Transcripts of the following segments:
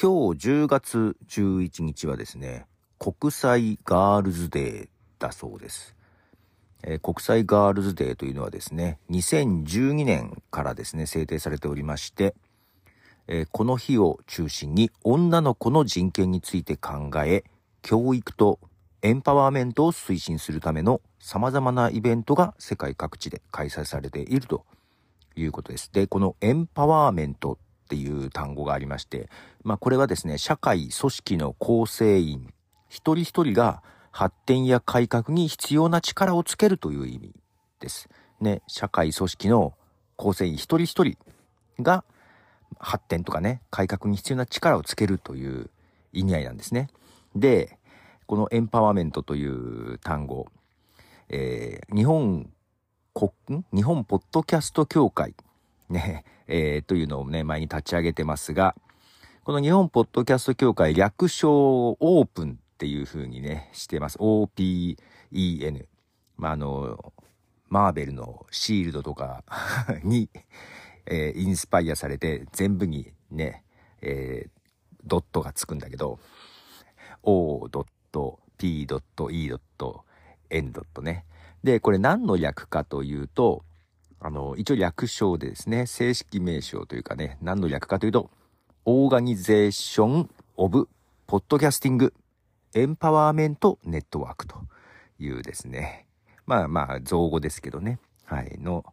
今日10月11日はですね、国際ガールズデーだそうです。国際ガールズデーというのはですね、2012年からですね、制定されておりまして、この日を中心に女の子の人権について考え、教育とエンパワーメントを推進するための様々なイベントが世界各地で開催されているということです。で、このエンパワーメントっていう単語がありまして、これはですね、社会組織の構成員一人一人が発展や改革に必要な力をつけるという意味です。ね、社会組織の構成員一人一人が発展とかね、改革に必要な力をつけるという意味合いなんですね。で、このエンパワーメントという単語、日本ポッドキャスト協会ね、というのをね、前に立ち上げてますが、この日本ポッドキャスト協会略称オープンっていう風にね、してます。OPEN。マーベルのシールドとかに、インスパイアされて全部にね、ドットがつくんだけど、O.P.E.N. ね。で、これ何の略かというと、一応略称でですね、正式名称というかね、何の略かというと、オーガニゼーション・オブ・ポッドキャスティング・エンパワーメント・ネットワークというですね、造語ですけどね、はい、の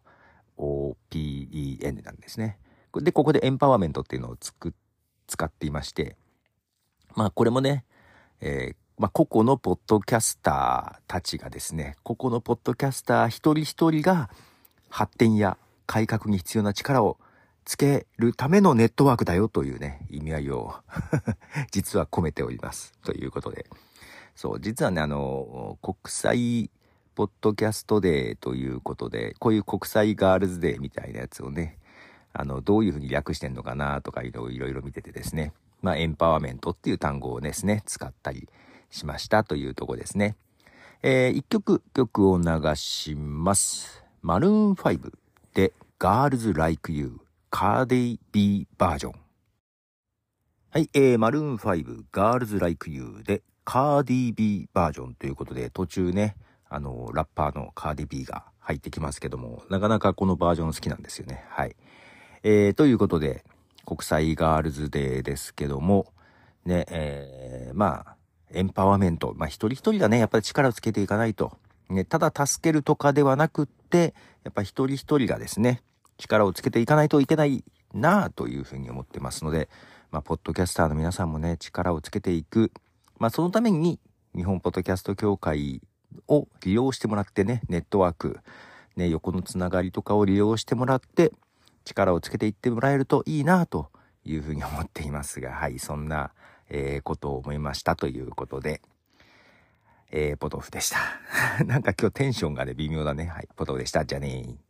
OPEN なんですね。で、ここでエンパワーメントっていうのを使っていまして、これもね、個々のポッドキャスターたちがですね、個々のポッドキャスター一人一人が発展や改革に必要な力をつけるためのネットワークだよというね、意味合いを実は込めておりますということで、そう実はね、国際ポッドキャストデーということで、こういう国際ガールズデーみたいなやつをね、どういうふうに略してんのかなとかいろいろ見ててですね、エンパワーメントっていう単語をですね、使ったりしましたというところですね。一曲を流します。マルーン5で Girls Like You カーディ B バージョン。はい、マルーン5 Girls Like You でカーディ B バージョンということで、途中ね、ラッパーのカーディ B が入ってきますけども、なかなかこのバージョン好きなんですよね。はい。ということで、国際ガールズデーですけども、ね、エンパワーメント、一人一人がね、やっぱり力をつけていかないと、ね、ただ助けるとかではなくって、やっぱり一人一人がですね、力をつけていかないといけないなぁというふうに思ってますので、ポッドキャスターの皆さんもね、力をつけていく。そのために、日本ポッドキャスト協会を利用してもらってね、ネットワーク、ね、横のつながりとかを利用してもらって、力をつけていってもらえるといいなというふうに思っていますが、はい、そんな、ことを思いましたということで、ポトフでした。なんか今日テンションがね、微妙だね。はい、ポトフでした。じゃあねー。